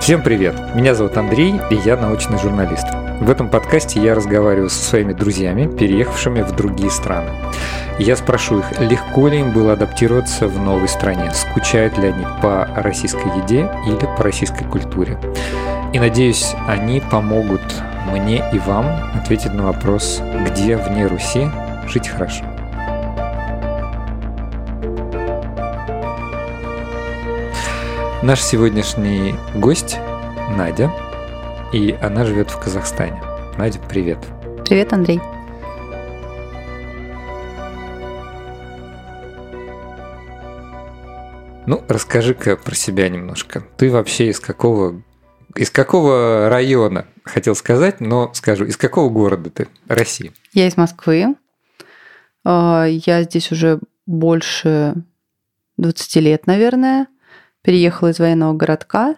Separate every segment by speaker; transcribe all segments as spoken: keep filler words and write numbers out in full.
Speaker 1: Всем привет! Меня зовут Андрей, и я научный журналист. В этом подкасте я разговариваю со своими друзьями, переехавшими в другие страны. Я спрошу их, легко ли им было адаптироваться в новой стране, скучают ли они по российской еде или по российской культуре. И надеюсь, они помогут мне и вам ответить на вопрос, где вне Руси жить хорошо. Наш сегодняшний гость Надя, и она живет в Казахстане. Надя, привет.
Speaker 2: Привет, Андрей.
Speaker 1: Ну, расскажи-ка про себя немножко. Ты вообще из какого, из какого района, хотел сказать, но скажу, из какого города ты, России?
Speaker 2: Я из Москвы. Я здесь уже больше двадцать лет, наверное. Переехала из военного городка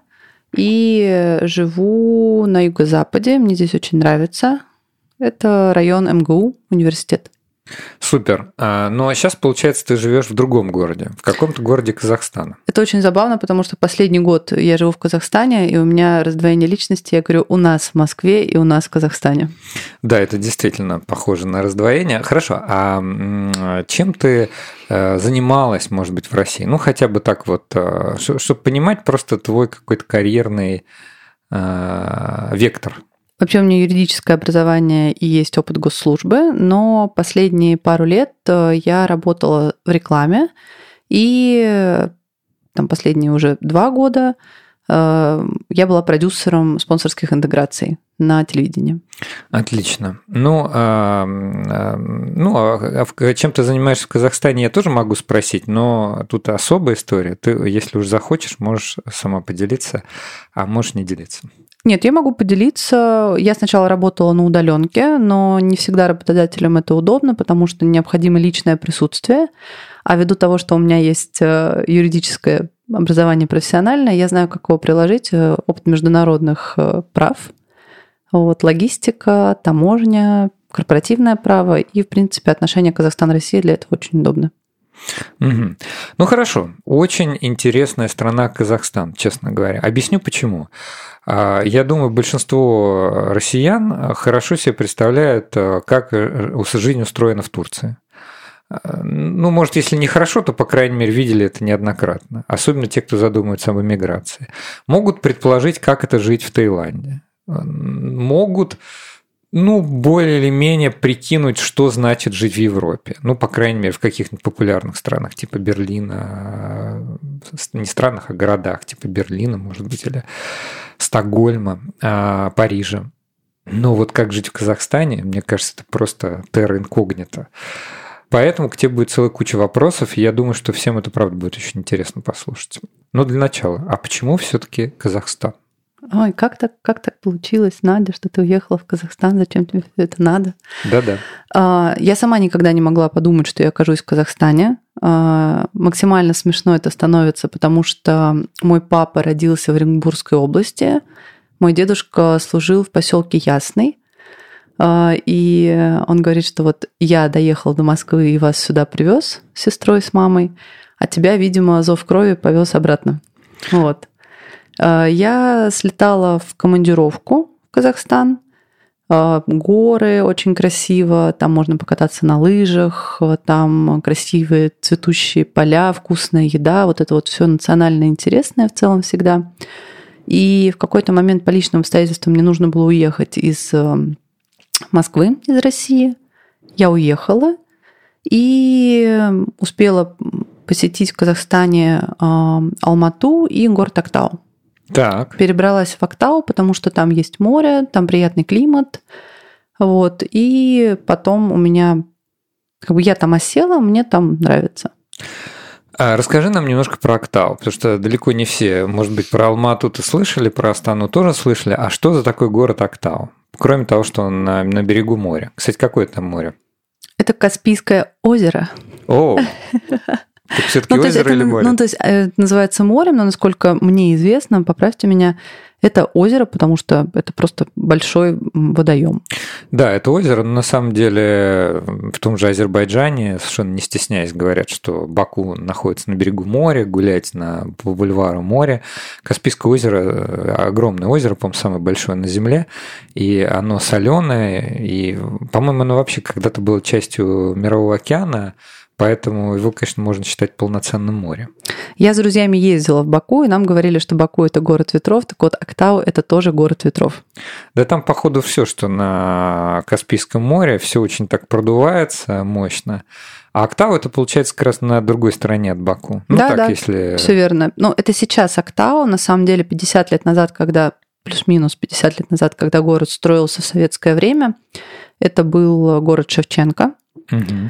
Speaker 2: и живу на юго-западе. Мне здесь очень нравится. Это район эм гэ у, университет.
Speaker 1: Супер. А, ну, а сейчас, получается, ты живешь в другом городе, в каком-то городе Казахстана.
Speaker 2: Это очень забавно, потому что последний год я живу в Казахстане, и у меня раздвоение личности. Я говорю, у нас в Москве и у нас в Казахстане.
Speaker 1: Да, это действительно похоже на раздвоение. Хорошо. А чем ты занималась, может быть, в России? Ну, хотя бы так вот, чтобы понимать просто твой какой-то карьерный вектор.
Speaker 2: Вообще у меня юридическое образование и есть опыт госслужбы, но последние пару лет я работала в рекламе, и там последние уже два года я была продюсером спонсорских интеграций на телевидении.
Speaker 1: Отлично. Ну, а, ну, а чем ты занимаешься в Казахстане, я тоже могу спросить, но тут особая история. Ты, если уж захочешь, можешь сама поделиться, а можешь не делиться.
Speaker 2: Нет, я могу поделиться. Я сначала работала на удаленке, но не всегда работодателям это удобно, потому что необходимо личное присутствие. А ввиду того, что у меня есть юридическое образование профессиональное, я знаю, как его приложить, опыт международных прав, вот, логистика, таможня, корпоративное право и, в принципе, отношения Казахстан-Россия для этого очень удобно.
Speaker 1: Угу. Ну хорошо, очень интересная страна Казахстан, честно говоря. Объясню почему. Я думаю, большинство россиян хорошо себе представляют, как жизнь устроена в Турции. Ну, может, если не хорошо, то, по крайней мере, видели это неоднократно. Особенно те, кто задумывается об эмиграции. Могут предположить, как это жить в Таиланде. Могут... Ну, более или менее прикинуть, что значит жить в Европе. Ну, по крайней мере, в каких-нибудь популярных странах, типа Берлина, не странах, а городах, типа Берлина, может быть, или Стокгольма, Парижа. Но вот как жить в Казахстане, мне кажется, это просто терра инкогнито. Поэтому к тебе будет целая куча вопросов, и я думаю, что всем это, правда, будет очень интересно послушать. Но для начала, а почему все-таки Казахстан?
Speaker 2: Ой, как так, как так получилось, Надя, что ты уехала в Казахстан? Зачем тебе все это надо?
Speaker 1: Да-да.
Speaker 2: Я сама никогда не могла подумать, что я окажусь в Казахстане. Максимально смешно это становится, потому что мой папа родился в Оренбургской области, мой дедушка служил в поселке Ясный, и он говорит, что вот я доехал до Москвы и вас сюда привез с сестрой, с мамой, а тебя, видимо, зов крови повез обратно. Вот. Я слетала в командировку в Казахстан. Горы очень красиво, там можно покататься на лыжах, там красивые цветущие поля, вкусная еда, вот это вот все национально интересное в целом всегда. И в какой-то момент по личным обстоятельствам мне нужно было уехать из Москвы, из России. Я уехала и успела посетить в Казахстане Алмату и город Актау.
Speaker 1: Так.
Speaker 2: Перебралась в Актау, потому что там есть море, там приятный климат. Вот. И потом у меня... Как бы я там осела, мне там нравится.
Speaker 1: А расскажи нам немножко про Актау, потому что далеко не все, может быть, про Алмату-то слышали, про Астану тоже слышали. А что за такой город Актау? Кроме того, что он на, на берегу моря. Кстати, какое там море?
Speaker 2: Это Каспийское озеро.
Speaker 1: О, Так все-таки ну, озеро или море?
Speaker 2: Ну, то есть это называется морем, но, насколько мне известно, поправьте меня, это озеро, потому что это просто большой водоем.
Speaker 1: Да, это озеро, но на самом деле в том же Азербайджане, совершенно не стесняясь, говорят, что Баку находится на берегу моря, гулять на, по бульвару моря. Каспийское озеро, огромное озеро, по-моему, самое большое на Земле, и оно соленое, и, по-моему, оно вообще когда-то было частью Мирового океана, поэтому его, конечно, можно считать полноценным морем.
Speaker 2: Я с друзьями ездила в Баку, и нам говорили, что Баку – это город ветров, так вот Актау – это тоже город ветров.
Speaker 1: Да там, походу, все, что на Каспийском море, все очень так продувается мощно. А Актау – это, получается, как раз на другой стороне от Баку. Ну,
Speaker 2: да,
Speaker 1: так,
Speaker 2: да,
Speaker 1: если...
Speaker 2: все верно. Но это сейчас Актау, на самом деле, пятьдесят лет назад, когда, плюс-минус пятьдесят лет назад, когда город строился в советское время, это был город Шевченко. Угу.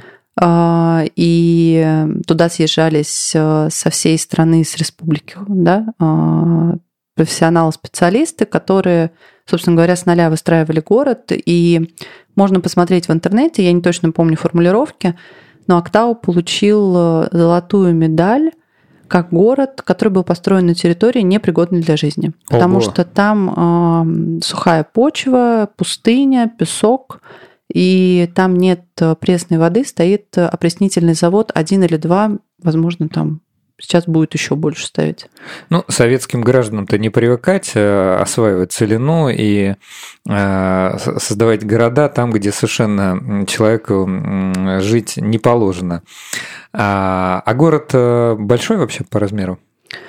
Speaker 2: И туда съезжались со всей страны, с республики, да, профессионалы-специалисты, которые, собственно говоря, с нуля выстраивали город. И можно посмотреть в интернете, я не точно помню формулировки, но Актау получил золотую медаль как город, который был построен на территории, непригодной для жизни. Ого. Потому что там сухая почва, пустыня, песок, и там нет пресной воды, стоит опреснительный завод, один или два, возможно, там сейчас будет еще больше ставить.
Speaker 1: Ну, советским гражданам-то не привыкать осваивать целину и создавать города там, где совершенно человеку жить не положено. А город большой вообще по размеру?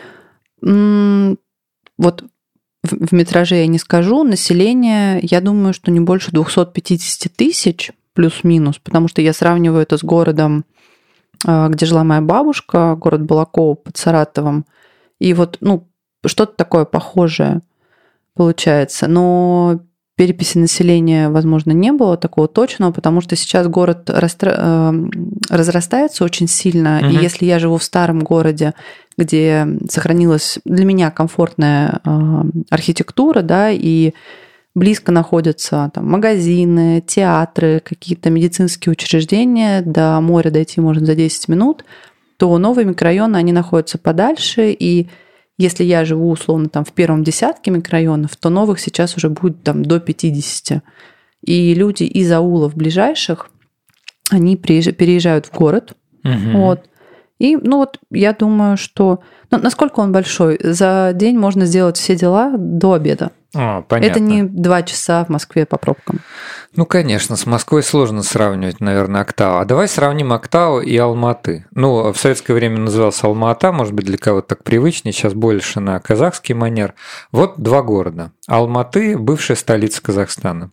Speaker 2: Вот в метраже я не скажу, население, я думаю, что не больше двести пятьдесят тысяч, плюс-минус, потому что я сравниваю это с городом, где жила моя бабушка, город Балаково под Саратовом, и вот, ну, что-то такое похожее получается, но переписи населения, возможно, не было такого точного, потому что сейчас город расстра... разрастается очень сильно, угу. И если я живу в старом городе, где сохранилась для меня комфортная архитектура, да, и близко находятся там магазины, театры, какие-то медицинские учреждения, до моря дойти можно за десять минут, то новые микрорайоны, они находятся подальше, и если я живу, условно, там в первом десятке микрорайонов, то новых сейчас уже будет там до пятидесяти. И люди из аулов ближайших, они переезжают в город. Угу. Вот. И, ну вот, я думаю, что... Ну, насколько он большой? За день можно сделать все дела до обеда.
Speaker 1: А, понятно.
Speaker 2: Это не два часа в Москве по пробкам.
Speaker 1: Ну, конечно, с Москвой сложно сравнивать, наверное, Актау. А давай сравним Актау и Алматы. Ну, в советское время назывался Алма-Ата, может быть, для кого-то так привычнее, сейчас больше на казахский манер. Вот два города. Алматы – бывшая столица Казахстана.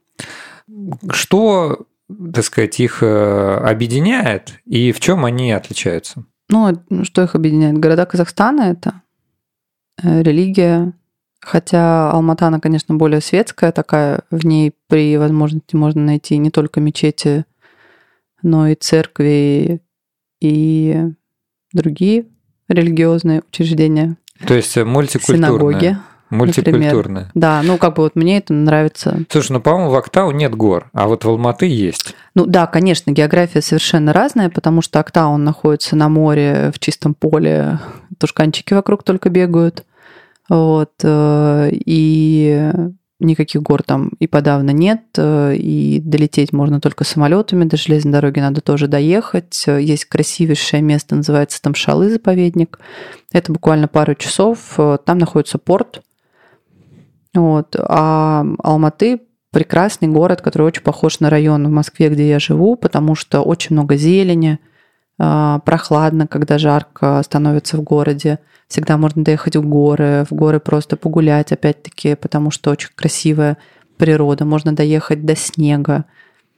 Speaker 1: Что, так сказать, их объединяет и в чем они отличаются?
Speaker 2: Ну, что их объединяет? Города Казахстана – это религия. Хотя Алма-Ата, она, конечно, более светская такая, в ней при возможности можно найти не только мечети, но и церкви, и другие религиозные учреждения.
Speaker 1: То есть мультикультурная.
Speaker 2: Синагоги.
Speaker 1: Мультикультурная.
Speaker 2: Например. Да, ну как бы вот мне это нравится.
Speaker 1: Слушай, ну, по-моему, в Актау нет гор, а вот в Алматы есть.
Speaker 2: Ну да, конечно, география совершенно разная, потому что Актау, он находится на море, в чистом поле, тушканчики вокруг только бегают. Вот, и никаких гор там и подавно нет, и долететь можно только самолетами, до железной дороги надо тоже доехать. Есть красивейшее место, называется там Шалы заповедник. Это буквально пару часов, там находится порт. Вот. А Алматы прекрасный город, который очень похож на район в Москве, где я живу, потому что очень много зелени, прохладно, когда жарко становится в городе. Всегда можно доехать в горы, в горы просто погулять, опять-таки, потому что очень красивая природа. Можно доехать до снега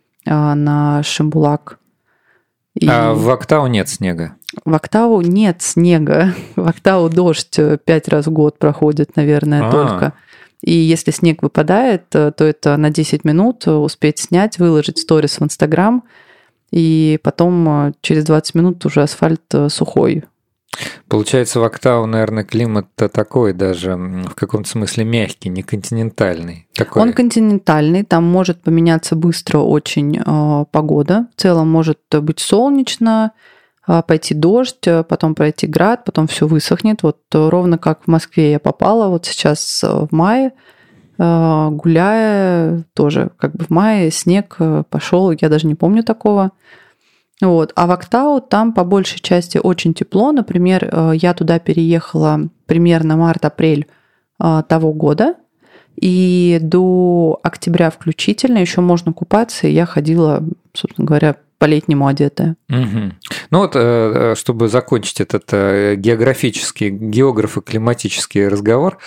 Speaker 2: на Шимбулак.
Speaker 1: И... А в Актау нет снега?
Speaker 2: В Актау нет снега. В Актау дождь пять раз в год проходит, наверное, А-а-а. только. И если снег выпадает, то это на десять минут успеть снять, выложить сторис в Инстаграм, и потом через двадцать минут уже асфальт сухой.
Speaker 1: Получается, в Актау, наверное, климат такой даже в каком-то смысле мягкий, не континентальный. Такой.
Speaker 2: Он континентальный, там может поменяться быстро очень э, погода. В целом может быть солнечно, пойти дождь, потом пройти град, потом все высохнет. Вот ровно как в Москве я попала, вот сейчас в мае, гуляя, тоже как бы в мае снег пошел, я даже не помню такого. Вот. А в Актау там по большей части очень тепло. Например, я туда переехала примерно март-апрель того года, и до октября включительно еще можно купаться, и я ходила, собственно говоря, по-летнему одетая.
Speaker 1: Угу. Ну вот, чтобы закончить этот географический, географо-климатический разговор,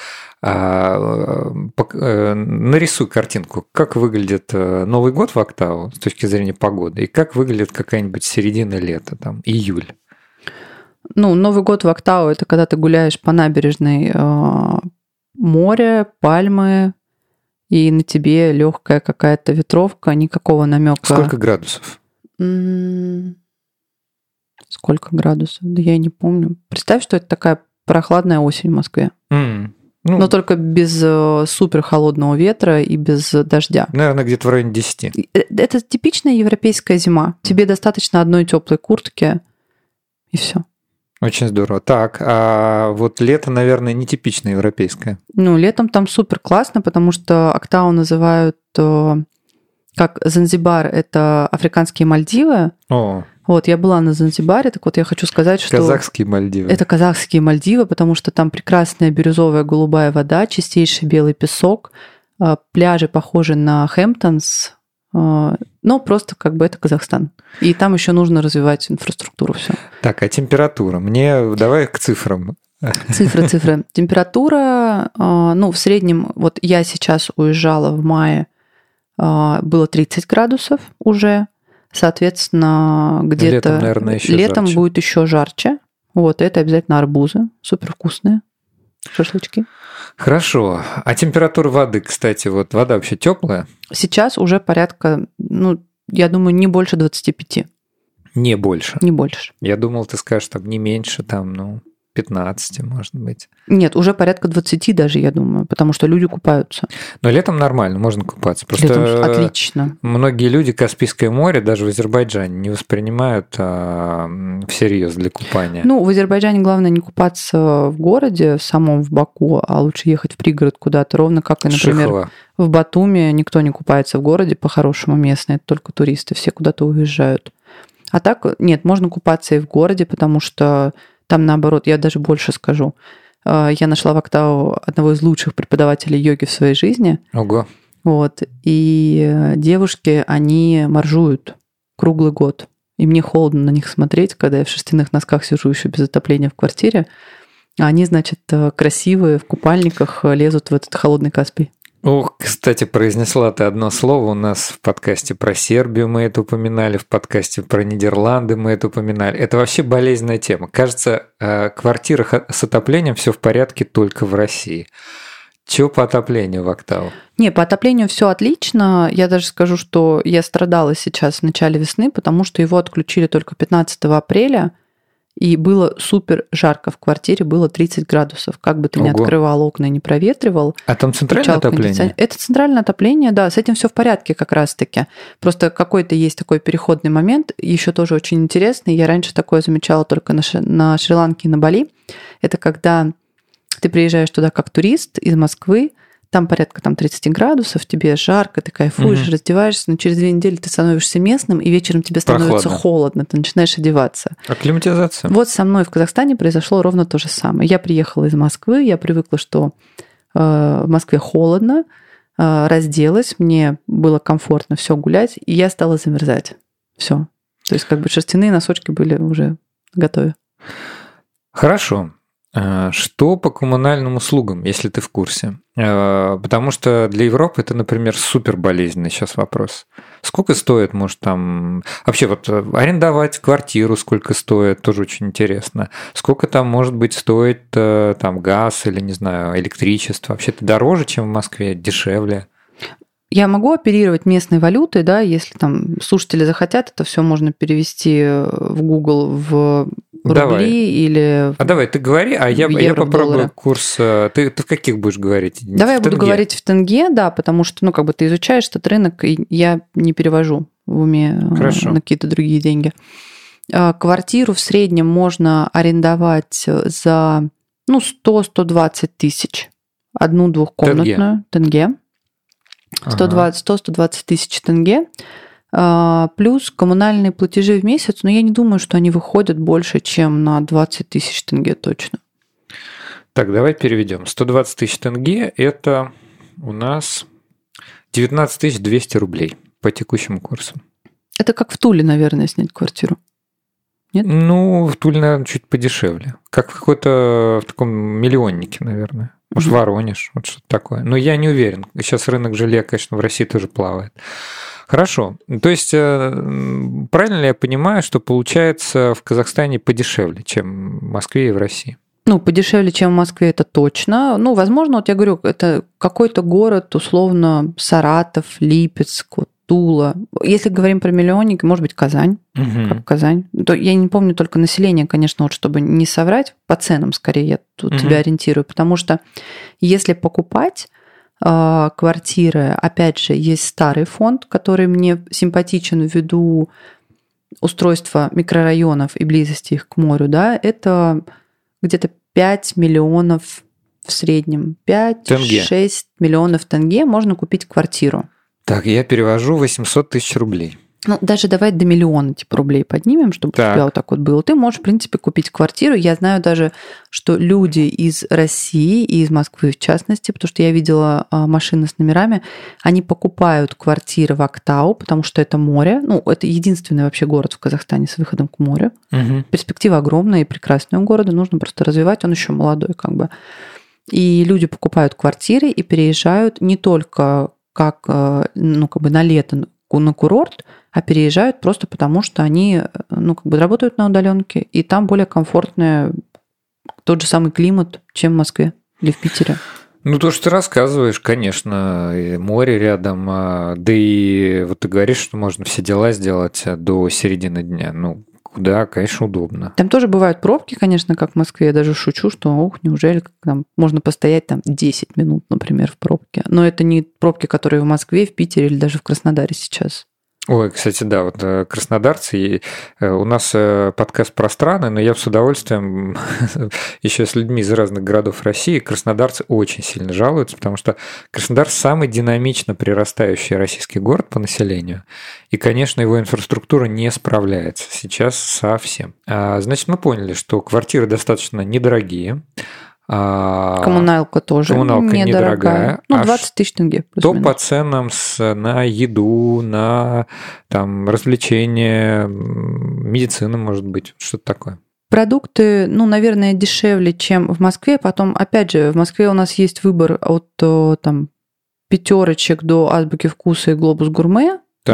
Speaker 1: нарисуй картинку, как выглядит Новый год в Актау с точки зрения погоды, и как выглядит какая-нибудь середина лета, там, июль.
Speaker 2: Ну, Новый год в Актау – это когда ты гуляешь по набережной, море, пальмы, и на тебе легкая какая-то ветровка, никакого намека.
Speaker 1: Сколько градусов?
Speaker 2: Сколько градусов? Да я и не помню. Представь, что это такая прохладная осень в Москве.
Speaker 1: Mm. Ну,
Speaker 2: но только без супер холодного ветра и без дождя.
Speaker 1: Наверное, где-то в районе десяти.
Speaker 2: Это типичная европейская зима. Тебе достаточно одной теплой куртки, и все.
Speaker 1: Очень здорово. Так, а вот лето, наверное, нетипичное европейское.
Speaker 2: Ну, летом там супер классно, потому что Актау называют как Занзибар, это африканские Мальдивы.
Speaker 1: О.
Speaker 2: Вот, я была на Занзибаре, так вот я хочу сказать, что...
Speaker 1: Казахские Мальдивы.
Speaker 2: Это казахские Мальдивы, потому что там прекрасная бирюзовая голубая вода, чистейший белый песок, пляжи похожи на Хэмптонс, но просто как бы это Казахстан. И там еще нужно развивать инфраструктуру, все.
Speaker 1: Так, а температура? Мне давай к цифрам.
Speaker 2: Цифры, цифры. Температура, ну, в среднем, вот я сейчас уезжала в мае, было тридцать градусов уже. Соответственно, где-то
Speaker 1: летом, наверное, еще
Speaker 2: летом
Speaker 1: жарче.
Speaker 2: будет еще жарче. Вот, это обязательно арбузы, супер вкусные, шашлычки.
Speaker 1: Хорошо. А температура воды, кстати, вот вода вообще теплая?
Speaker 2: Сейчас уже порядка, ну, я думаю, не больше двадцати пяти.
Speaker 1: Не больше?
Speaker 2: Не больше.
Speaker 1: Я думал, ты скажешь, там не меньше, там, ну, пятнадцати, может быть.
Speaker 2: Нет, уже порядка двадцати даже, я думаю, потому что люди купаются.
Speaker 1: Но летом нормально, можно купаться. Просто
Speaker 2: летом отлично.
Speaker 1: Многие люди Каспийское море, даже в Азербайджане, не воспринимают а, всерьез для купания.
Speaker 2: Ну, в Азербайджане главное не купаться в городе самом, в Баку, а лучше ехать в пригород куда-то, ровно как и, например,
Speaker 1: Шихова.
Speaker 2: В Батуми никто не купается в городе по-хорошему местные, это только туристы, все куда-то уезжают. А так, нет, можно купаться и в городе, потому что там, наоборот, я даже больше скажу. Я нашла в Актау одного из лучших преподавателей йоги в своей жизни.
Speaker 1: Ого.
Speaker 2: Вот. И девушки, они моржуют круглый год. И мне холодно на них смотреть, когда я в шерстяных носках сижу еще без отопления в квартире. А они, значит, красивые, в купальниках лезут в этот холодный Каспий.
Speaker 1: Ох, кстати, произнесла ты одно слово у нас в подкасте про Сербию, мы это упоминали, в подкасте про Нидерланды мы это упоминали. Это вообще болезненная тема. Кажется, в квартирах с отоплением все в порядке только в России. Чего по отоплению в Актау?
Speaker 2: Не, по отоплению все отлично. Я даже скажу, что я страдала сейчас в начале весны, потому что его отключили только пятнадцатого апреля. И было супер жарко в квартире, было тридцать градусов. Как бы ты
Speaker 1: Ого.
Speaker 2: ни открывал окна и не проветривал.
Speaker 1: А там центральное отопление?
Speaker 2: Это центральное отопление, да, с этим все в порядке как раз-таки. Просто какой-то есть такой переходный момент, еще тоже очень интересный. Я раньше такое замечала только на, Шри- на Шри-Ланке и на Бали. Это когда ты приезжаешь туда как турист из Москвы, там порядка там, тридцать градусов, тебе жарко, ты кайфуешь, угу. раздеваешься, но через две недели ты становишься местным, и вечером тебе становится
Speaker 1: Прохладно.
Speaker 2: холодно, ты начинаешь одеваться.
Speaker 1: Акклиматизация.
Speaker 2: Вот со мной в Казахстане произошло ровно то же самое. Я приехала из Москвы, я привыкла, что э, в Москве холодно, э, разделась, мне было комфортно все гулять, и я стала замерзать. Все. То есть как бы шерстяные носочки были уже готовы.
Speaker 1: Хорошо. Что по коммунальным услугам, если ты в курсе? Потому что для Европы это, например, супер болезненный сейчас вопрос. Сколько стоит, может, там... Вообще, вот арендовать квартиру сколько стоит, тоже очень интересно. Сколько там, может быть, стоит там газ или, не знаю, электричество? Вообще-то дороже, чем в Москве, дешевле?
Speaker 2: Я могу оперировать местной валютой, да, если там слушатели захотят, это все можно перевести в Google в рубли
Speaker 1: давай.
Speaker 2: Или...
Speaker 1: А давай, ты говори, а я,
Speaker 2: евро,
Speaker 1: я попробую
Speaker 2: доллары.
Speaker 1: Курс... Ты, ты в каких будешь говорить?
Speaker 2: Давай
Speaker 1: в
Speaker 2: я буду
Speaker 1: тенге?
Speaker 2: говорить в тенге, да, потому что, ну, как бы ты изучаешь этот рынок, и я не перевожу в уме
Speaker 1: Хорошо.
Speaker 2: на какие-то другие деньги. Квартиру в среднем можно арендовать за ну, сто - сто двадцать тысяч. Одну двухкомнатную. Тенге. сто двадцать - сто - сто двадцать тысяч тенге. Плюс коммунальные платежи в месяц, но я не думаю, что они выходят больше, чем на двадцать тысяч тенге точно.
Speaker 1: Так, давай переведем. сто двадцать тысяч тенге – это у нас девятнадцать тысяч двести рублей по текущему курсу.
Speaker 2: Это как в Туле, наверное, снять квартиру. Нет?
Speaker 1: Ну, в Туле, наверное, чуть подешевле. Как в какой-то в таком миллионнике, наверное. Может, mm-hmm. Воронеж, вот что-то такое. Но я не уверен. Сейчас рынок жилья, конечно, в России тоже плавает. Хорошо. То есть, правильно ли я понимаю, что получается в Казахстане подешевле, чем в Москве и в России?
Speaker 2: Ну, подешевле, чем в Москве, это точно. Ну, возможно, вот я говорю, это какой-то город, условно, Саратов, Липецк, вот, Тула. Если говорим про миллионники, может быть, Казань, угу. как Казань. То я не помню только население, конечно, вот чтобы не соврать, по ценам скорее я тут угу. тебя ориентирую, потому что если покупать э, квартиры, опять же, есть старый фонд, который мне симпатичен ввиду устройства микрорайонов и близости их к морю, да, это где-то пять миллионов в среднем, пять-шесть миллионов тенге можно купить квартиру.
Speaker 1: Так, я перевожу восемьсот тысяч рублей.
Speaker 2: Ну, даже давай до миллиона типа рублей поднимем, чтобы так. у тебя вот так вот было. Ты можешь, в принципе, купить квартиру. Я знаю даже, что люди из России и из Москвы, в частности, потому что я видела машины с номерами, они покупают квартиры в Актау, потому что это море. Ну, это единственный вообще город в Казахстане с выходом к морю. Угу. Перспектива огромная и прекрасная у города. Нужно просто развивать. Он еще молодой как бы. И люди покупают квартиры и переезжают не только как, ну, как бы на лето на курорт, а переезжают просто потому, что они, ну, как бы работают на удаленке, и там более комфортный тот же самый климат, чем в Москве или в Питере.
Speaker 1: Ну, то, что ты рассказываешь, конечно, и море рядом, да и вот ты говоришь, что можно все дела сделать до середины дня. Ну, да, конечно, удобно.
Speaker 2: Там тоже бывают пробки, конечно, как в Москве. Я даже шучу, что, ух, неужели там можно постоять там десять минут, например, в пробке. Но это не пробки, которые в Москве, в Питере или даже в Краснодаре сейчас.
Speaker 1: Ой, кстати, да, вот краснодарцы, у нас подкаст про страны, но я с удовольствием еще с людьми из разных городов России, краснодарцы очень сильно жалуются, потому что Краснодар самый динамично прирастающий российский город по населению, и, конечно, его инфраструктура не справляется сейчас совсем. Значит, мы поняли, что квартиры достаточно недорогие,
Speaker 2: коммуналка тоже
Speaker 1: коммуналка недорогая. недорогая.
Speaker 2: Ну, двадцать тысяч тенге.
Speaker 1: Что по ценам с, на еду, на там, развлечения, медицина, может быть, что-то такое?
Speaker 2: Продукты, ну, наверное, дешевле, чем в Москве. Потом, опять же, в Москве у нас есть выбор от там, пятерочек до азбуки вкуса и глобус гурме. Так.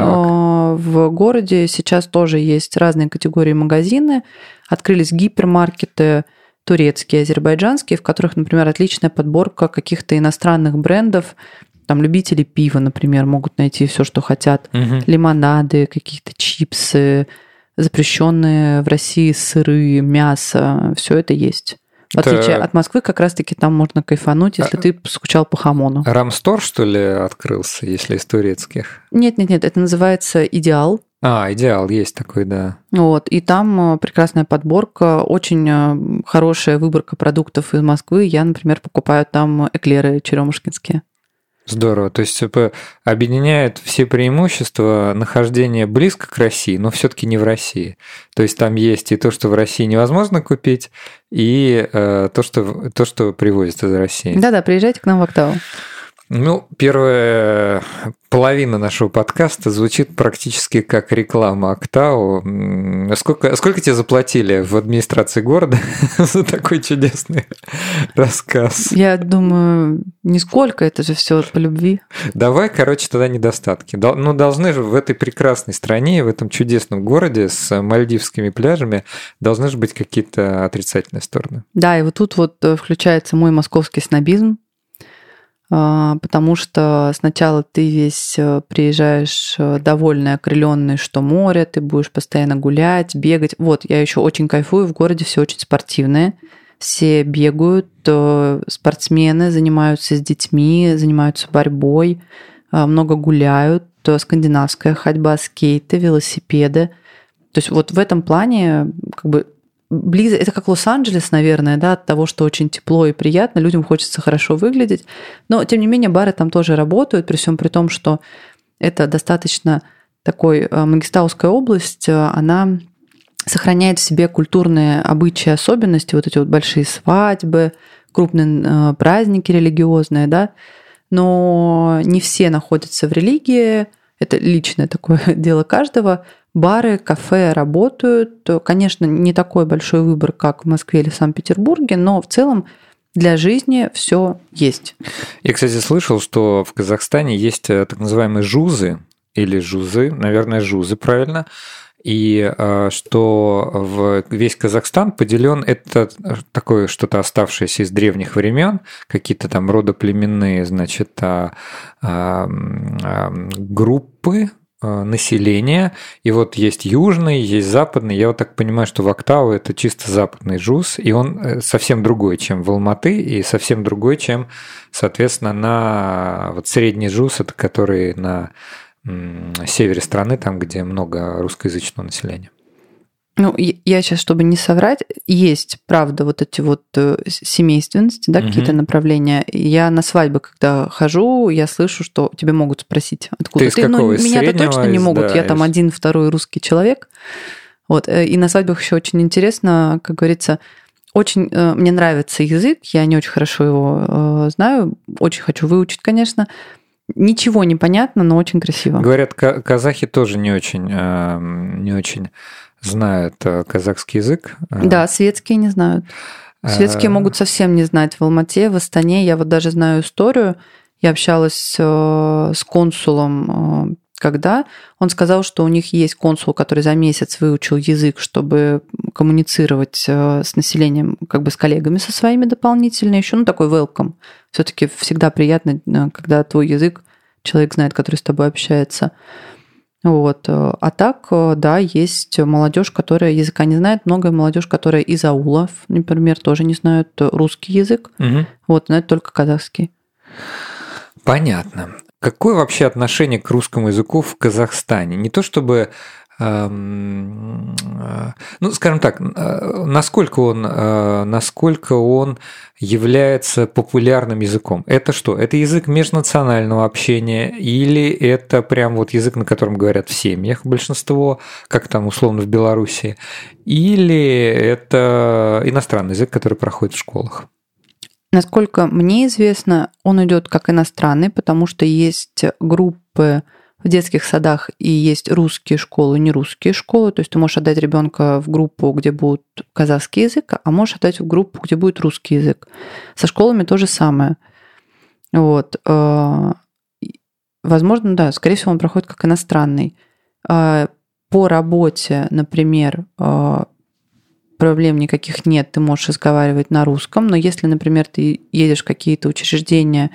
Speaker 2: В городе сейчас тоже есть разные категории магазины. Открылись гипермаркеты, турецкие, азербайджанские, в которых, например, отличная подборка каких-то иностранных брендов. Там любители пива, например, могут найти все, что хотят. Угу. Лимонады, какие-то чипсы, запрещенные в России сыры, мясо. Все это есть. В это... отличие от Москвы, как раз-таки там можно кайфануть, если а... ты скучал по хамону.
Speaker 1: Рамстор, что ли, открылся, если из турецких?
Speaker 2: Нет-нет-нет, это называется «Идеал».
Speaker 1: А, «Идеал» есть такой, да.
Speaker 2: Вот, и там прекрасная подборка, очень хорошая выборка продуктов из Москвы. Я, например, покупаю там эклеры черемушкинские.
Speaker 1: Здорово. То есть объединяет все преимущества нахождения близко к России, но все-таки не в России. То есть там есть и то, что в России невозможно купить, и э, то, что, то, что привозят из России.
Speaker 2: Да-да, приезжайте к нам в Актау.
Speaker 1: Ну, первая половина нашего подкаста звучит практически как реклама Актау. Сколько, сколько тебе заплатили в администрации города за такой чудесный рассказ?
Speaker 2: Я думаю, нисколько, это же все по любви.
Speaker 1: Давай, короче, тогда недостатки. Ну, должны же в этой прекрасной стране, в этом чудесном городе с мальдивскими пляжами, должны же быть какие-то отрицательные стороны.
Speaker 2: Да, и вот тут вот включается мой московский снобизм. Потому что сначала ты весь приезжаешь довольный, окрыленный, что море, ты будешь постоянно гулять, бегать. Вот, я еще очень кайфую, в городе все очень спортивное. Все бегают, спортсмены занимаются с детьми, занимаются борьбой, много гуляют, скандинавская ходьба, скейты, велосипеды. То есть вот в этом плане как бы близко, это как Лос-Анджелес, наверное, да, от того, что очень тепло и приятно, людям хочется хорошо выглядеть, но тем не менее бары там тоже работают, при всем при том, что это достаточно такой Мангистауская область, она сохраняет в себе культурные обычаи, особенности, вот эти вот большие свадьбы, крупные праздники религиозные, да, но не все находятся в религии, это личное такое дело каждого. Бары, кафе работают. Конечно, не такой большой выбор, как в Москве или Санкт-Петербурге, но в целом для жизни все есть.
Speaker 1: Я, кстати, слышал, что в Казахстане есть так называемые жузы, или жузы, наверное, жузы, правильно, и что в весь Казахстан поделен, это такое что-то оставшееся из древних времен, какие-то там родоплеменные, значит, группы населения, и вот есть южный, есть западный, я вот так понимаю, что в Актау это чисто западный жуз, и он совсем другой, чем в Алматы, и совсем другой, чем, соответственно, на вот средний жуз, это который на севере страны, там, где много русскоязычного населения.
Speaker 2: Ну, я сейчас, чтобы не соврать, есть, правда, вот эти вот семейственности, да, угу. какие-то направления. Я на свадьбы, когда хожу, я слышу, что тебе могут спросить, откуда
Speaker 1: ты. Ты,
Speaker 2: ну, меня-то точно не
Speaker 1: из,
Speaker 2: могут,
Speaker 1: да,
Speaker 2: я там
Speaker 1: из...
Speaker 2: один, второй русский человек. Вот. И на свадьбах еще очень интересно, как говорится, очень мне нравится язык, я не очень хорошо его знаю, очень хочу выучить, конечно. Ничего не понятно, но очень красиво.
Speaker 1: Говорят, казахи тоже не очень, не очень знают казахский язык.
Speaker 2: Да, светские не знают. Светские могут совсем не знать. В Алмате, в Астане, я вот даже знаю историю. Я общалась с консулом, когда он сказал, что у них есть консул, который за месяц выучил язык, чтобы коммуницировать с населением, как бы с коллегами со своими дополнительно. Еще, ну, такой welcome. Все-таки всегда приятно, когда твой язык человек знает, который с тобой общается. Вот. А так, да, есть молодежь, которая языка не знает, многое молодежь, которая из аулов, например, тоже не знают русский язык, угу. вот, знают только казахский.
Speaker 1: Понятно. Какое вообще отношение к русскому языку в Казахстане? Не то чтобы, ну, скажем так, насколько он, насколько он является популярным языком? Это что? Это язык межнационального общения или это прям вот язык, на котором говорят в семьях большинство, как там условно в Беларуси, или это иностранный язык, который проходит в школах?
Speaker 2: Насколько мне известно, он идет как иностранный, потому что есть группы в детских садах и есть русские школы, не русские школы. То есть ты можешь отдать ребенка в группу, где будет казахский язык, а можешь отдать в группу, где будет русский язык. Со школами то же самое. Вот. Возможно, да, скорее всего, он проходит как иностранный. По работе, например, проблем никаких нет, ты можешь разговаривать на русском, но если, например, ты едешь в какие-то учреждения,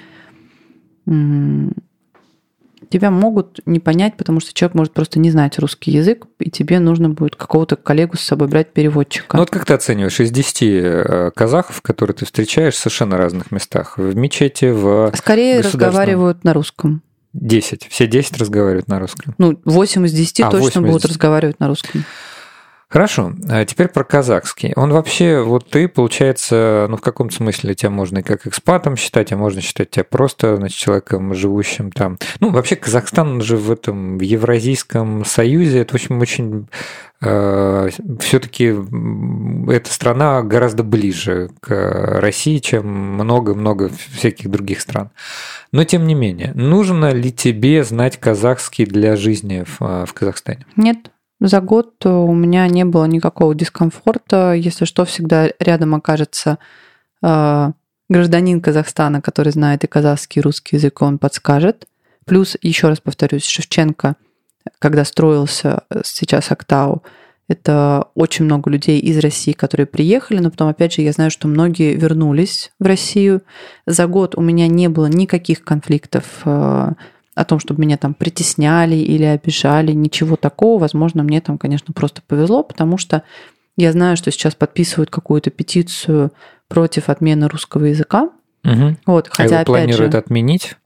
Speaker 2: тебя могут не понять, потому что человек может просто не знать русский язык, и тебе нужно будет какого-то коллегу с собой брать, переводчика.
Speaker 1: Ну вот как ты оцениваешь из десяти казахов, которые ты встречаешь в совершенно разных местах, в мечети, в
Speaker 2: Скорее разговаривают на русском.
Speaker 1: Десять. Все десять разговаривают на русском?
Speaker 2: Ну, восемь из десяти
Speaker 1: а,
Speaker 2: точно будут
Speaker 1: из десяти.
Speaker 2: разговаривать на русском.
Speaker 1: Хорошо, а теперь про казахский. Он вообще, вот ты, получается, ну в каком-то смысле тебя можно и как экспатом считать, а можно считать тебя просто, значит, человеком, живущим там. Ну, вообще Казахстан, он же в этом в Евразийском союзе, это, в общем, очень... Э, все-таки эта страна гораздо ближе к России, чем много-много всяких других стран. Но, тем не менее, нужно ли тебе знать казахский для жизни в, в Казахстане?
Speaker 2: Нет. За год у меня не было никакого дискомфорта. Если что, всегда рядом окажется э, гражданин Казахстана, который знает и казахский, и русский язык, он подскажет. Плюс, еще раз повторюсь, Шевченко, когда строился сейчас Актау, это очень много людей из России, которые приехали, но потом, опять же, я знаю, что многие вернулись в Россию. За год у меня не было никаких конфликтов э, о том, чтобы меня там притесняли или обижали, ничего такого. Возможно, мне там, конечно, просто повезло, потому что я знаю, что сейчас подписывают какую-то петицию против отмены русского языка.
Speaker 1: Угу.
Speaker 2: Вот, хотя,
Speaker 1: а его
Speaker 2: опять
Speaker 1: планируют
Speaker 2: же,
Speaker 1: отменить?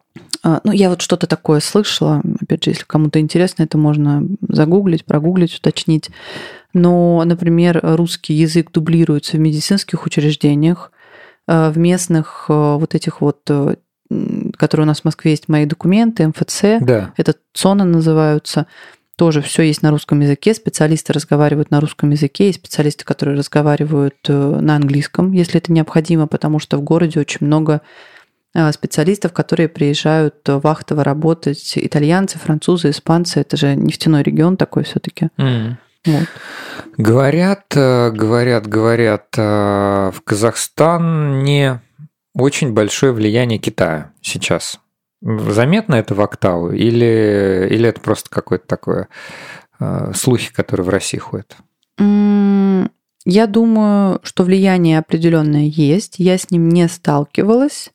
Speaker 2: Ну, я вот что-то такое слышала. Опять же, если кому-то интересно, это можно загуглить, прогуглить, уточнить. Но, например, русский язык дублируется в медицинских учреждениях, в местных вот этих вот, которые у нас в Москве есть, мои документы, эм эф цэ,
Speaker 1: да.
Speaker 2: Это ЦОНы называются. Тоже все есть на русском языке, специалисты разговаривают на русском языке, есть специалисты, которые разговаривают на английском, если это необходимо, потому что в городе очень много специалистов, которые приезжают вахтово работать, итальянцы, французы, испанцы, это же нефтяной регион такой все-таки.
Speaker 1: Mm.
Speaker 2: Вот.
Speaker 1: Говорят, говорят, говорят, в Казахстане очень большое влияние Китая сейчас. Заметно это в Октау или, или это просто какое-то такое э, слухи, которые в России ходят?
Speaker 2: Я думаю, что влияние определенное есть. Я с ним не сталкивалась.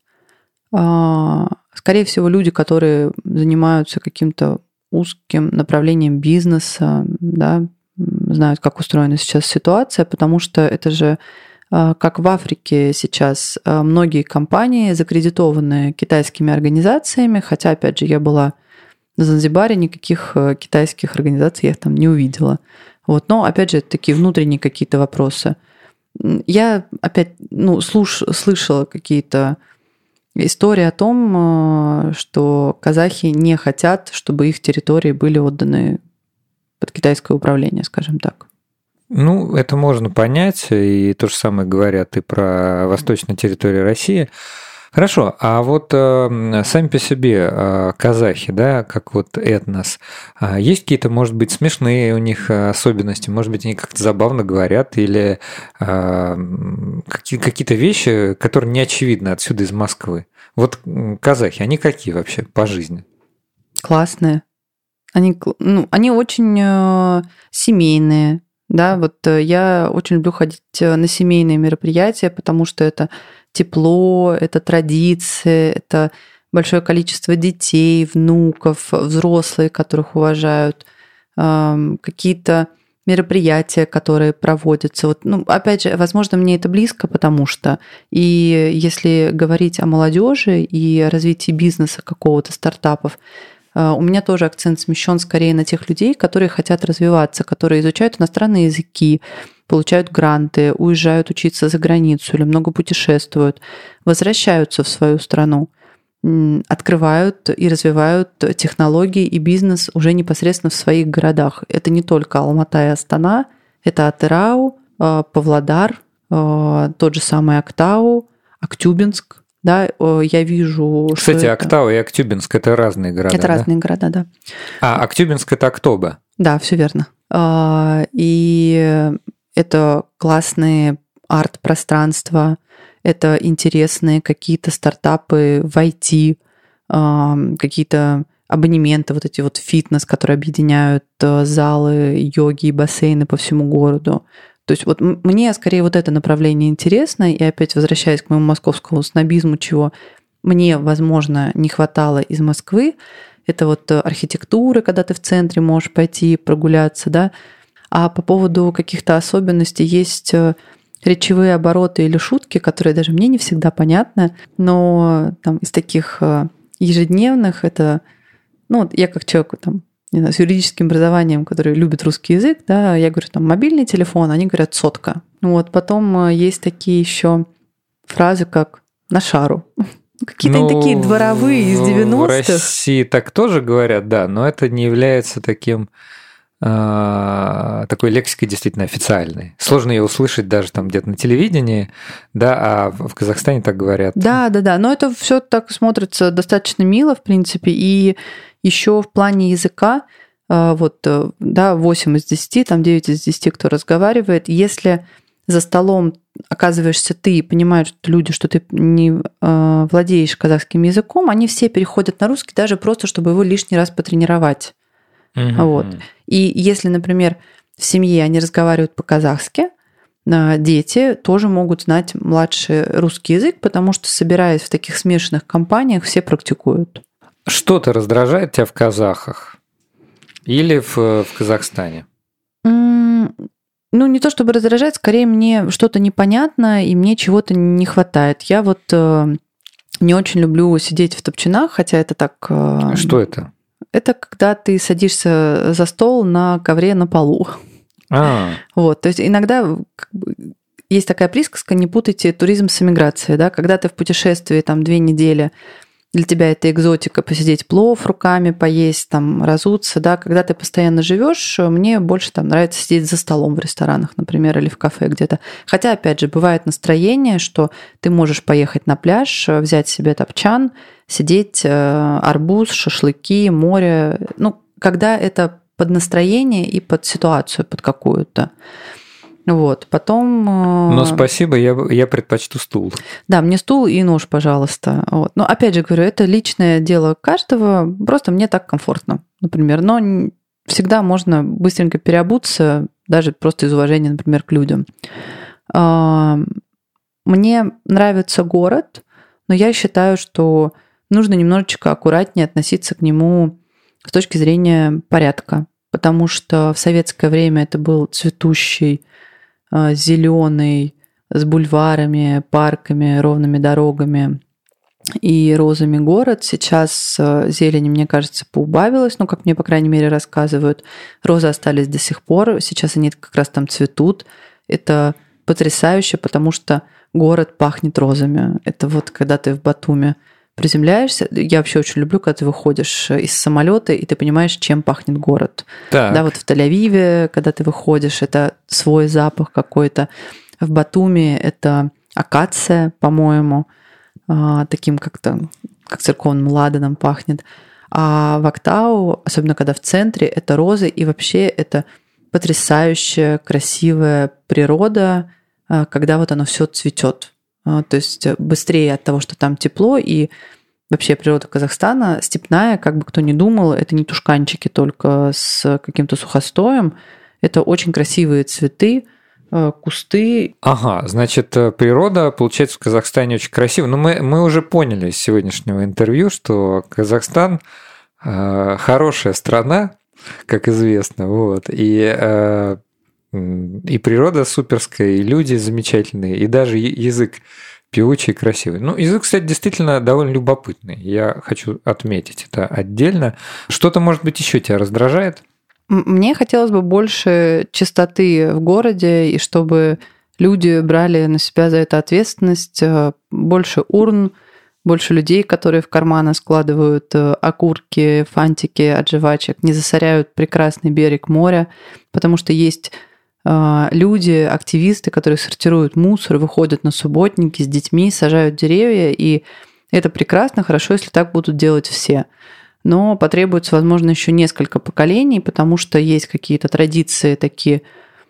Speaker 2: Скорее всего, люди, которые занимаются каким-то узким направлением бизнеса, да, знают, как устроена сейчас ситуация, потому что это же как в Африке сейчас многие компании закредитованы китайскими организациями, хотя, опять же, я была на Занзибаре, никаких китайских организаций я там не увидела. Вот. Но, опять же, это такие внутренние какие-то вопросы. Я опять ну, слуш, слышала какие-то истории о том, что казахи не хотят, чтобы их территории были отданы под китайское управление, скажем так.
Speaker 1: Ну, это можно понять, и то же самое говорят и про восточную территорию России. Хорошо, а вот э, сами по себе э, казахи, да, как вот этнос, э, есть какие-то, может быть, смешные у них особенности, может быть, они как-то забавно говорят, или э, какие- какие-то вещи, которые не очевидны отсюда из Москвы. Вот казахи, они какие вообще по жизни?
Speaker 2: Классные. Они, ну, они очень э, семейные. Да, вот я очень люблю ходить на семейные мероприятия, потому что это тепло, это традиции, это большое количество детей, внуков, взрослые, которых уважают, какие-то мероприятия, которые проводятся. Вот, ну, опять же, возможно, мне это близко, потому что и если говорить о молодежи и о развитии бизнеса какого-то, стартапов, у меня тоже акцент смещен скорее на тех людей, которые хотят развиваться, которые изучают иностранные языки, получают гранты, уезжают учиться за границу или много путешествуют, возвращаются в свою страну, открывают и развивают технологии и бизнес уже непосредственно в своих городах. Это не только Алмата и Астана, это Атырау, Павлодар, тот же самый Актау, Актюбинск. Да, я вижу,
Speaker 1: Кстати,
Speaker 2: что
Speaker 1: Актау
Speaker 2: это...
Speaker 1: и Актюбинск – это разные города,
Speaker 2: Это
Speaker 1: да?
Speaker 2: разные города, да.
Speaker 1: А Актюбинск – это Актоба?
Speaker 2: Да, все верно. И это классные арт-пространства, это интересные какие-то стартапы в ай ти, какие-то абонементы, вот эти вот фитнес, которые объединяют залы, йоги и бассейны по всему городу. То есть вот мне скорее вот это направление интересно, и опять возвращаясь к моему московскому снобизму, чего мне, возможно, не хватало из Москвы, это вот архитектура, когда ты в центре можешь пойти прогуляться, да. А по поводу каких-то особенностей есть речевые обороты или шутки, которые даже мне не всегда понятны, но там из таких ежедневных это, ну, я как человек там, не знаю, с юридическим образованием, который любит русский язык, да, я говорю, там, мобильный телефон, они говорят сотка. Вот, потом есть такие еще фразы, как на шару. Какие-то ну, они такие дворовые из девяностых.
Speaker 1: В России так тоже говорят, да, но это не является таким такой лексикой действительно официальной. Сложно ее услышать даже там где-то на телевидении, да, а в Казахстане так говорят.
Speaker 2: Да, да, да, но это все так смотрится достаточно мило, в принципе, и еще в плане языка, вот, да, восемь из десяти, там девять из десяти, кто разговаривает, если за столом оказываешься ты и понимают люди, что ты не владеешь казахским языком, они все переходят на русский, даже просто, чтобы его лишний раз потренировать. Uh-huh. Вот. И если, например, в семье они разговаривают по-казахски, дети тоже могут знать младший русский язык, потому что, собираясь в таких смешанных компаниях, все практикуют.
Speaker 1: Что-то раздражает тебя в казахах или в, в Казахстане?
Speaker 2: Mm, ну, не то чтобы раздражает, скорее мне что-то непонятно, и мне чего-то не хватает. Я вот Не очень люблю сидеть в топчинах, хотя это так...
Speaker 1: Что это?
Speaker 2: Это когда ты садишься за стол на ковре на полу.
Speaker 1: А.
Speaker 2: Вот, то есть иногда как бы, есть такая присказка: не путайте туризм с эмиграцией, да, когда ты в путешествии там две недели, для тебя это экзотика, посидеть плов руками, поесть, там, разуться, да, когда ты постоянно живешь, мне больше там нравится сидеть за столом в ресторанах, например, или в кафе где-то. Хотя, опять же, бывает настроение, что ты можешь поехать на пляж, взять себе топчан, сидеть, арбуз, шашлыки, море, ну, когда это под настроение и под ситуацию, под какую-то. Вот, потом...
Speaker 1: Но спасибо, я, я предпочту стул.
Speaker 2: Да, мне стул и нож, пожалуйста. Вот. Но опять же говорю, это личное дело каждого, просто мне так комфортно, например. Но всегда можно быстренько переобуться, даже просто из уважения, например, к людям. Мне нравится город, но я считаю, что нужно немножечко аккуратнее относиться к нему с точки зрения порядка, потому что в советское время это был цветущий, зеленый, с бульварами, парками, ровными дорогами и розами город. Сейчас зелени, мне кажется, поубавилась, ну, как мне, по крайней мере, рассказывают. Розы остались до сих пор, сейчас они как раз там цветут. Это потрясающе, потому что город пахнет розами. Это вот когда ты в Батуми приземляешься. Я вообще очень люблю, когда ты выходишь из самолета, и ты понимаешь, чем пахнет город.
Speaker 1: Так.
Speaker 2: Да, вот в Тель-Авиве, когда ты выходишь, это свой запах какой-то. В Батуми это акация, по-моему, таким как-то, как церковным ладаном пахнет. А в Актау, особенно когда в центре, это розы, и вообще это потрясающая, красивая природа, когда вот оно все цветет. То есть быстрее от того, что там тепло, и вообще природа Казахстана степная, как бы кто ни думал, это не тушканчики только с каким-то сухостоем, это очень красивые цветы, кусты.
Speaker 1: Ага, значит, природа, получается, в Казахстане очень красивая. Но мы, мы уже поняли из сегодняшнего интервью, что Казахстан э, хорошая страна, как известно, вот, и э, И природа суперская, и люди замечательные, и даже язык певучий и красивый. Ну, язык, кстати, действительно довольно любопытный. Я хочу отметить это отдельно. Что-то, может быть, еще тебя раздражает?
Speaker 2: Мне хотелось бы больше чистоты в городе, и чтобы люди брали на себя за это ответственность, больше урн, больше людей, которые в карманы складывают окурки, фантики от жвачек, не засоряют прекрасный берег моря, потому что есть люди, активисты, которые сортируют мусор, выходят на субботники с детьми, сажают деревья, и это прекрасно, хорошо, если так будут делать все. Но потребуется, возможно, еще несколько поколений, потому что есть какие-то традиции такие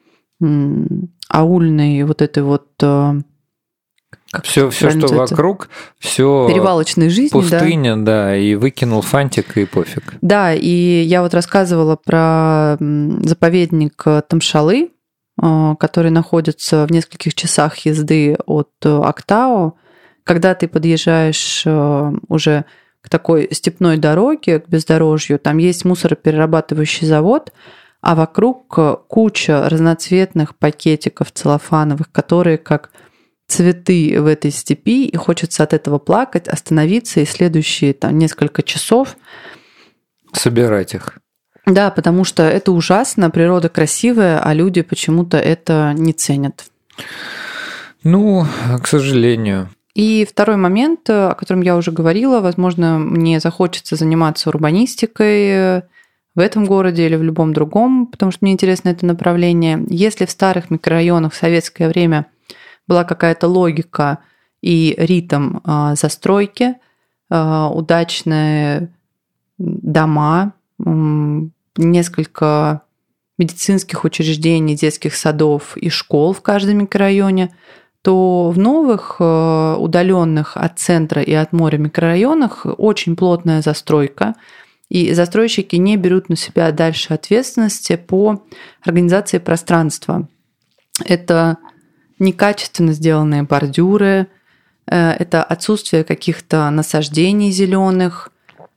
Speaker 2: аульные, вот этой вот...
Speaker 1: Как все, все, что вокруг, все
Speaker 2: перевалочной жизни,
Speaker 1: пустыня, да. да, и выкинул фантик, и пофиг.
Speaker 2: Да, и я вот рассказывала про заповедник Тамшалы, который находится в нескольких часах езды от Актау. Когда ты подъезжаешь уже к такой степной дороге, к бездорожью, там есть мусороперерабатывающий завод, а вокруг куча разноцветных пакетиков целлофановых, которые как цветы в этой степи, и хочется от этого плакать, остановиться и следующие там несколько часов
Speaker 1: собирать их.
Speaker 2: Да, потому что это ужасно, природа красивая, а люди почему-то это не ценят.
Speaker 1: Ну, к сожалению.
Speaker 2: И второй момент, о котором я уже говорила, возможно, мне захочется заниматься урбанистикой в этом городе или в любом другом, потому что мне интересно это направление. Если в старых микрорайонах в советское время была какая-то логика и ритм застройки, удачные дома, несколько медицинских учреждений, детских садов и школ в каждом микрорайоне, то в новых удаленных от центра и от моря микрорайонах очень плотная застройка, и застройщики не берут на себя дальше ответственности по организации пространства. Это некачественно сделанные бордюры, это отсутствие каких-то насаждений зеленых,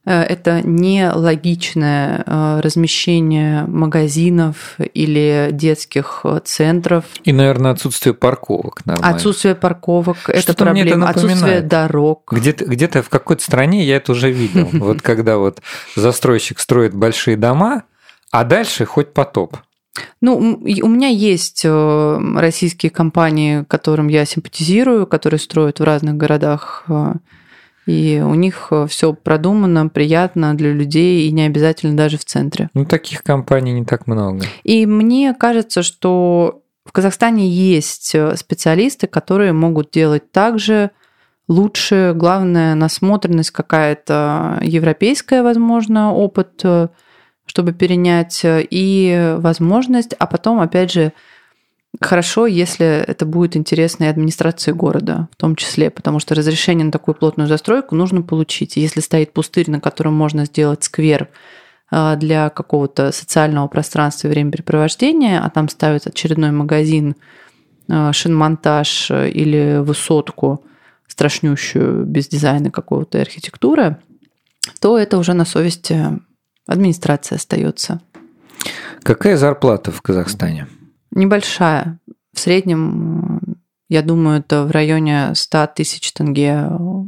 Speaker 2: Это нелогичное размещение магазинов или детских центров.
Speaker 1: И, наверное, отсутствие парковок нормально.
Speaker 2: Отсутствие парковок – это проблема. Это отсутствие дорог.
Speaker 1: Где-то, где-то в какой-то стране я это уже видел. Вот когда вот застройщик строит большие дома, а дальше хоть потоп.
Speaker 2: Ну, у меня есть российские компании, которым я симпатизирую, которые строят в разных городах. И у них все продумано, приятно для людей и не обязательно даже в центре.
Speaker 1: Ну, таких компаний не так много.
Speaker 2: И мне кажется, что в Казахстане есть специалисты, которые могут делать так же, лучше. Главное, насмотренность какая-то европейская, возможно, опыт, чтобы перенять, и возможность, а потом, опять же, хорошо, если это будет интересно и администрации города в том числе, потому что разрешение на такую плотную застройку нужно получить. И если стоит пустырь, на котором можно сделать сквер для какого-то социального пространства и времяпрепровождения, а там ставят очередной магазин, шиномонтаж или высотку страшнющую, без дизайна какого-то архитектуры, то это уже на совести администрации остается.
Speaker 1: Какая зарплата в Казахстане?
Speaker 2: Небольшая. В среднем, я думаю, это в районе сто тысяч тенге.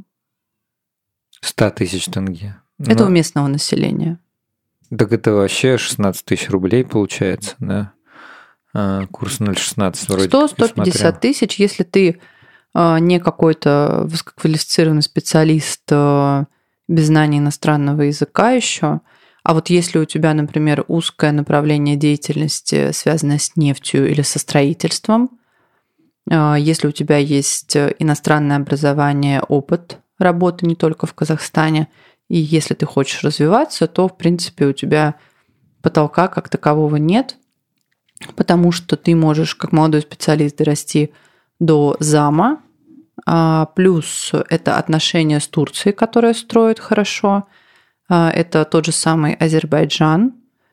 Speaker 1: сто тысяч тенге.
Speaker 2: Это Но... у местного населения.
Speaker 1: Так это вообще шестнадцать тысяч рублей получается, да? А, курс ноль целых шестнадцать вроде.
Speaker 2: сто - сто пятьдесят тысяч, если ты не какой-то высококвалифицированный специалист без знания иностранного языка еще. А вот если у тебя, например, узкое направление деятельности, связанное с нефтью или со строительством, если у тебя есть иностранное образование, опыт работы не только в Казахстане, и если ты хочешь развиваться, то, в принципе, у тебя потолка как такового нет, потому что ты можешь, как молодой специалист, дорасти до зама, плюс это отношения с Турцией, которая строит хорошо. Это тот же самый Азербайджан,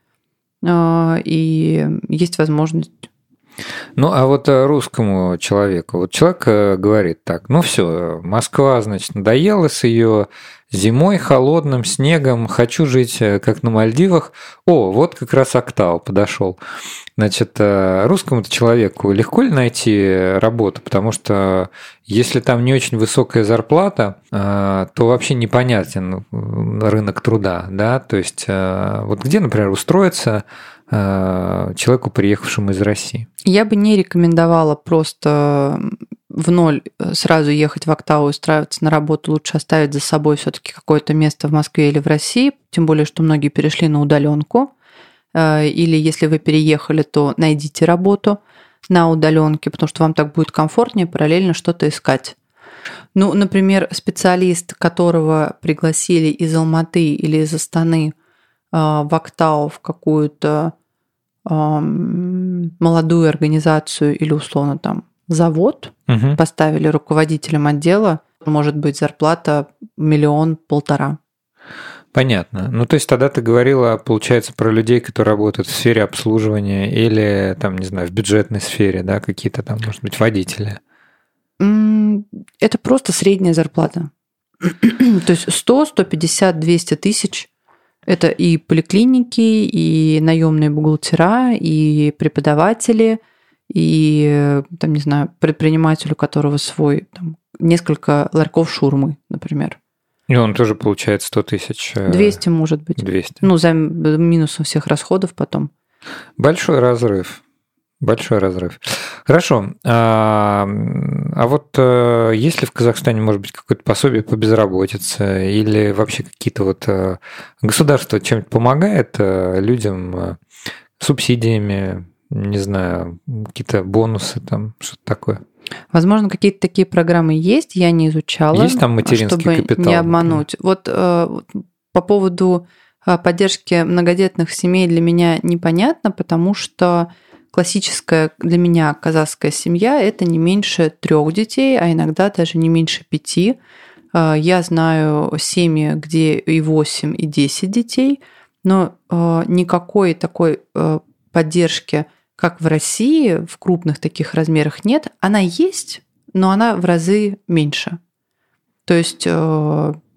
Speaker 2: и есть возможность.
Speaker 1: Ну, а вот русскому человеку, вот человек говорит так, ну все, Москва, значит, надоела с ее зимой, холодным, снегом, хочу жить как на Мальдивах. О, вот как раз Актау подошел. Значит, русскому-то человеку легко ли найти работу? Потому что если там не очень высокая зарплата, то вообще непонятен рынок труда, да, то есть вот где, например, устроиться человеку, приехавшему из России?
Speaker 2: Я бы не рекомендовала просто в ноль сразу ехать в Актау и устраиваться на работу. Лучше оставить за собой все-таки какое-то место в Москве или в России, тем более, что многие перешли на удаленку. Или если вы переехали, то найдите работу на удаленке, потому что вам так будет комфортнее параллельно что-то искать. Ну, например, специалист, которого пригласили из Алматы или из Астаны в Актау в какую-то молодую организацию или условно там завод, угу. поставили руководителем отдела, может быть зарплата миллион-полтора.
Speaker 1: Понятно. Ну, то есть тогда ты говорила, получается, про людей, которые работают в сфере обслуживания или, там, не знаю, в бюджетной сфере, да, какие-то там, может быть, водители.
Speaker 2: Это просто средняя зарплата. То есть сто, сто пятьдесят, двести тысяч. Это и поликлиники, и наемные бухгалтера, и преподаватели, и, там, не знаю, предприниматель, у которого свой, там, несколько ларьков шаурмы, например.
Speaker 1: И он тоже получает сто тысяч.
Speaker 2: двести, может быть.
Speaker 1: двести.
Speaker 2: Ну, за минусом всех расходов потом.
Speaker 1: Большой разрыв. Большой разрыв. Хорошо. А, а вот есть ли в Казахстане, может быть, какое-то пособие по безработице или вообще какие-то вот государство чем-то помогает людям субсидиями, не знаю, какие-то бонусы там, что-то такое?
Speaker 2: Возможно, какие-то такие программы есть, я не изучала.
Speaker 1: Есть там материнский
Speaker 2: чтобы
Speaker 1: капитал?
Speaker 2: Не обмануть. Вот по поводу поддержки многодетных семей для меня непонятно, потому что классическая для меня казахская семья – это не меньше трех детей, а иногда даже не меньше пяти. Я знаю семьи, где и восемь, и десять детей, но никакой такой поддержки, как в России, в крупных таких размерах нет. Она есть, но она в разы меньше. То есть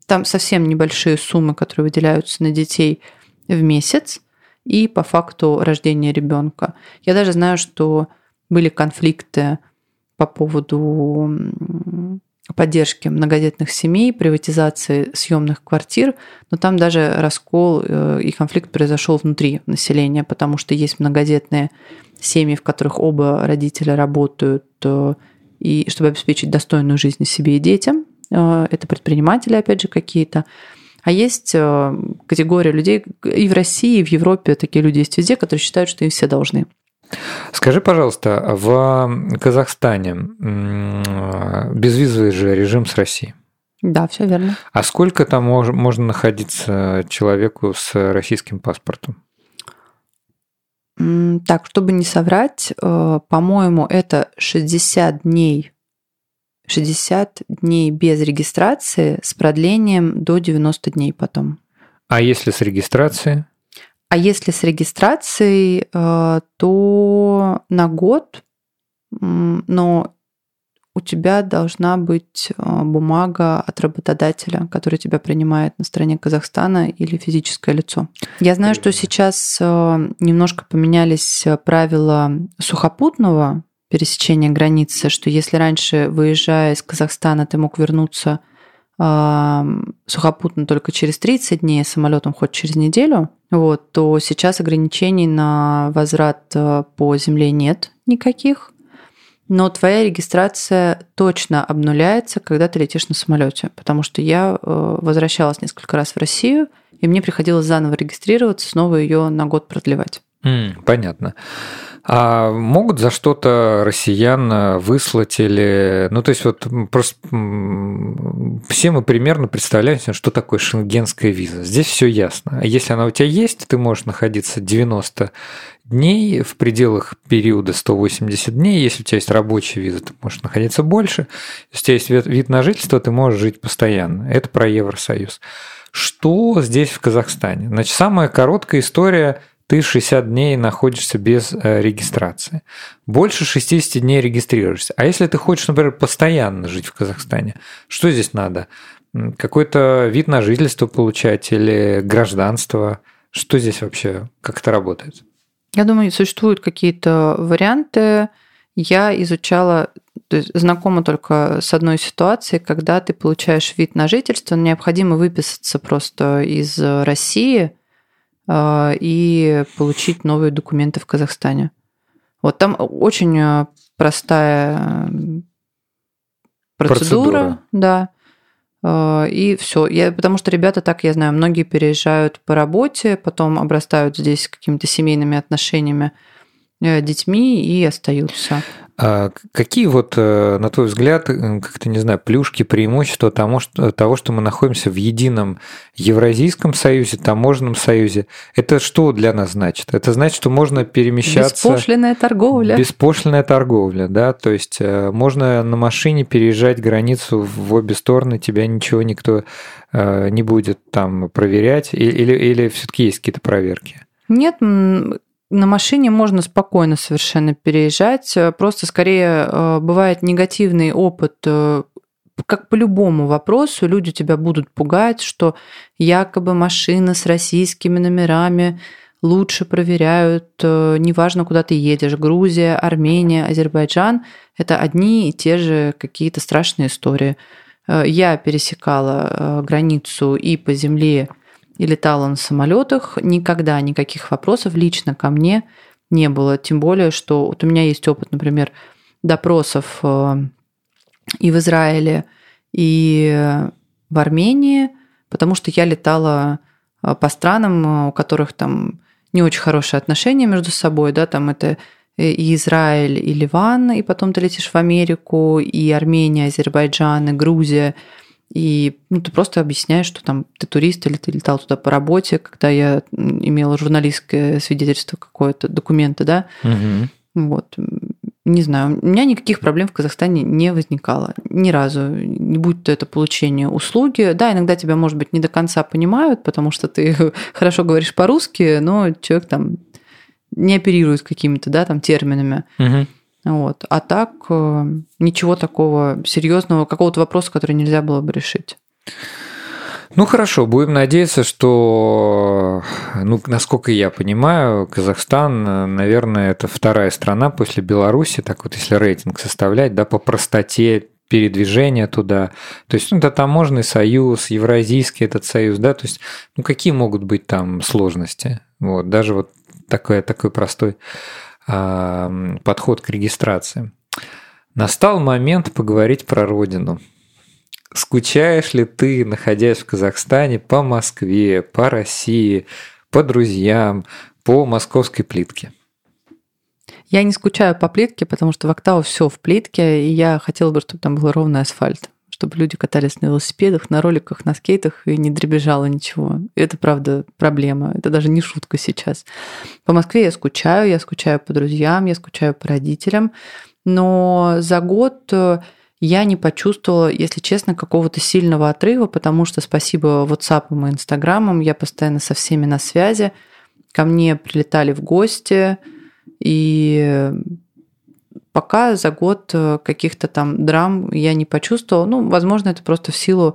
Speaker 2: Там совсем небольшие суммы, которые выделяются на детей в месяц, и по факту рождения ребенка. Я даже знаю, что были конфликты по поводу поддержки многодетных семей, приватизации съемных квартир, но там даже раскол и конфликт произошел внутри населения, потому что есть многодетные семьи, в которых оба родителя работают, и чтобы обеспечить достойную жизнь себе и детям. Это предприниматели, опять же, какие-то. А есть категория людей и в России, и в Европе, такие люди есть везде, которые считают, что им все должны.
Speaker 1: Скажи, пожалуйста, в Казахстане безвизовый же режим с Россией?
Speaker 2: Да, все верно.
Speaker 1: А сколько там можно находиться человеку с российским паспортом?
Speaker 2: Так, чтобы не соврать, по-моему, это шестьдесят дней. шестьдесят дней без регистрации с продлением до девяносто дней потом.
Speaker 1: А если с регистрацией?
Speaker 2: А если с регистрацией, то на год, но у тебя должна быть бумага от работодателя, который тебя принимает на стороне Казахстана, или физическое лицо. Я знаю, что сейчас немножко поменялись правила сухопутного пересечения границы, что если раньше, выезжая из Казахстана, ты мог вернуться сухопутно только через тридцать дней, самолетом хоть через неделю, вот, то сейчас ограничений на возврат по земле нет никаких, но твоя регистрация точно обнуляется, когда ты летишь на самолете, потому что я возвращалась несколько раз в Россию, и мне приходилось заново регистрироваться, снова ее на год продлевать.
Speaker 1: Mm, понятно. А могут за что-то россиян выслать или... Ну, то есть, вот просто все мы примерно представляем, что такое шенгенская виза. Здесь все ясно. А если она у тебя есть, ты можешь находиться девяносто дней в пределах периода сто восемьдесят дней. Если у тебя есть рабочая виза, ты можешь находиться больше. Если у тебя есть вид на жительство, ты можешь жить постоянно. Это про Евросоюз. Что здесь в Казахстане? Значит, самая короткая история... Ты шестьдесят дней находишься без регистрации. Больше шестьдесят дней регистрируешься. А если ты хочешь, например, постоянно жить в Казахстане, что здесь надо? Какой-то вид на жительство получать или гражданство? Что здесь вообще, как это работает?
Speaker 2: Я думаю, существуют какие-то варианты. Я изучала, то есть знакома только с одной ситуацией, когда ты получаешь вид на жительство, необходимо выписаться просто из России и получить новые документы в Казахстане. Вот там очень простая процедура, процедура. Да. И все. Я, потому что ребята, так я знаю, многие переезжают по работе, потом обрастают здесь какими-то семейными отношениями, детьми и остаются.
Speaker 1: А какие вот, на твой взгляд, как-то, не знаю, плюшки, преимущества того что, того, что мы находимся в едином Евразийском союзе, таможенном союзе? Это что для нас значит? Это значит, что можно перемещаться...
Speaker 2: Беспошлинная торговля.
Speaker 1: Беспошлинная торговля, да, то есть можно на машине переезжать границу в обе стороны, тебя ничего никто не будет там проверять, или, или все-таки есть какие-то проверки?
Speaker 2: Нет, на машине можно спокойно совершенно переезжать. Просто скорее бывает негативный опыт, как по любому вопросу. Люди тебя будут пугать, что якобы машины с российскими номерами лучше проверяют, неважно, куда ты едешь. Грузия, Армения, Азербайджан – это одни и те же какие-то страшные истории. Я пересекала границу и по земле, и летала на самолетах, никогда никаких вопросов лично ко мне не было. Тем более, что вот у меня есть опыт, например, допросов и в Израиле, и в Армении, потому что я летала по странам, у которых там не очень хорошие отношения между собой, да, там это и Израиль, и Ливан, и потом ты летишь в Америку, и Армения, Азербайджан, и Грузия. И ну, ты просто объясняешь, что там ты турист или ты летал туда по работе, когда я имела журналистское свидетельство какое-то, документы, да.
Speaker 1: Угу.
Speaker 2: Вот. Не знаю, у меня никаких проблем в Казахстане не возникало ни разу. Не будь то это получение услуги. Да, иногда тебя, может быть, не до конца понимают, потому что ты хорошо говоришь по-русски, но человек там не оперирует какими-то, да, там терминами.
Speaker 1: Угу.
Speaker 2: Вот. А так ничего такого серьезного, какого-то вопроса, который нельзя было бы решить.
Speaker 1: Ну хорошо, будем надеяться, что, ну, насколько я понимаю, Казахстан, наверное, это вторая страна после Беларуси, так вот если рейтинг составлять, да, по простоте передвижения туда. То есть, ну, это таможенный союз, евразийский этот союз, да, то есть, ну, какие могут быть там сложности? Вот, даже вот такой, такой простой а, подход к регистрации. Настал момент поговорить про родину. Скучаешь ли ты, находясь в Казахстане, по Москве, по России, по друзьям, по московской плитке?
Speaker 2: Я не скучаю по плитке, потому что в Октау все в плитке, и я хотела бы, чтобы там был ровный асфальт, чтобы люди катались на велосипедах, на роликах, на скейтах, и не дребезжало ничего. Это, правда, проблема. Это даже не шутка сейчас. По Москве я скучаю, я скучаю по друзьям, я скучаю по родителям, но за год я не почувствовала, если честно, какого-то сильного отрыва, потому что спасибо WhatsApp и Инстаграмам, я постоянно со всеми на связи, ко мне прилетали в гости, и пока за год каких-то там драм я не почувствовала. Ну, возможно, это просто в силу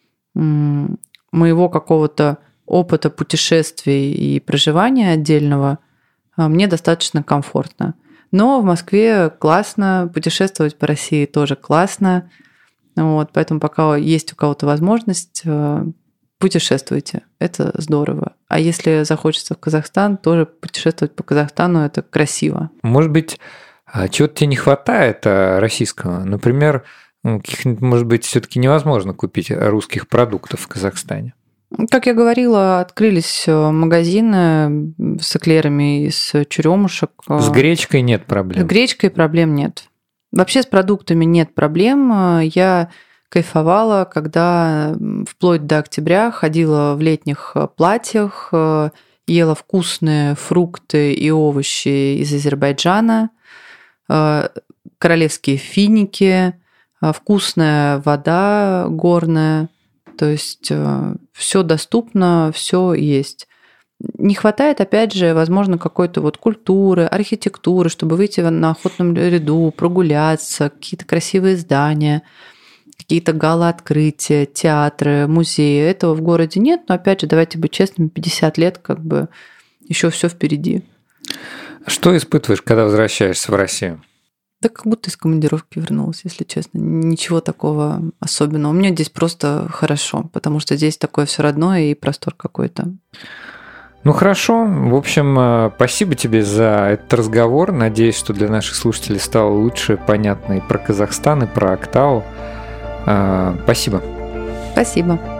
Speaker 2: моего какого-то опыта путешествий и проживания отдельного мне достаточно комфортно. Но в Москве классно, путешествовать по России тоже классно. Вот, поэтому пока есть у кого-то возможность, путешествуйте. Это здорово. А если захочется в Казахстан, тоже путешествовать по Казахстану – это красиво.
Speaker 1: Может быть, чего-то тебе не хватает российского? Например, может быть, все-таки невозможно купить русских продуктов в Казахстане?
Speaker 2: Как я говорила, открылись магазины с эклерами из черемушек.
Speaker 1: С гречкой нет проблем?
Speaker 2: С гречкой проблем нет. Вообще с продуктами нет проблем. Я кайфовала, когда вплоть до октября ходила в летних платьях, ела вкусные фрукты и овощи из Азербайджана, королевские финики, вкусная вода горная. То есть все доступно, все есть. Не хватает, опять же, возможно, какой-то вот культуры, архитектуры, чтобы выйти на охотном ряду, прогуляться, какие-то красивые здания, какие-то гала-открытия, театры, музеи. Этого в городе нет, но, опять же, давайте быть честными, пятьдесят лет как бы еще все впереди.
Speaker 1: Что испытываешь, когда возвращаешься в Россию?
Speaker 2: Да как будто из командировки вернулась, если честно. Ничего такого особенного. У меня здесь просто хорошо, потому что здесь такое все родное и простор какой-то.
Speaker 1: Ну хорошо. В общем, спасибо тебе за этот разговор. Надеюсь, что для наших слушателей стало лучше, понятно и про Казахстан, и про Октау. Спасибо.
Speaker 2: Спасибо.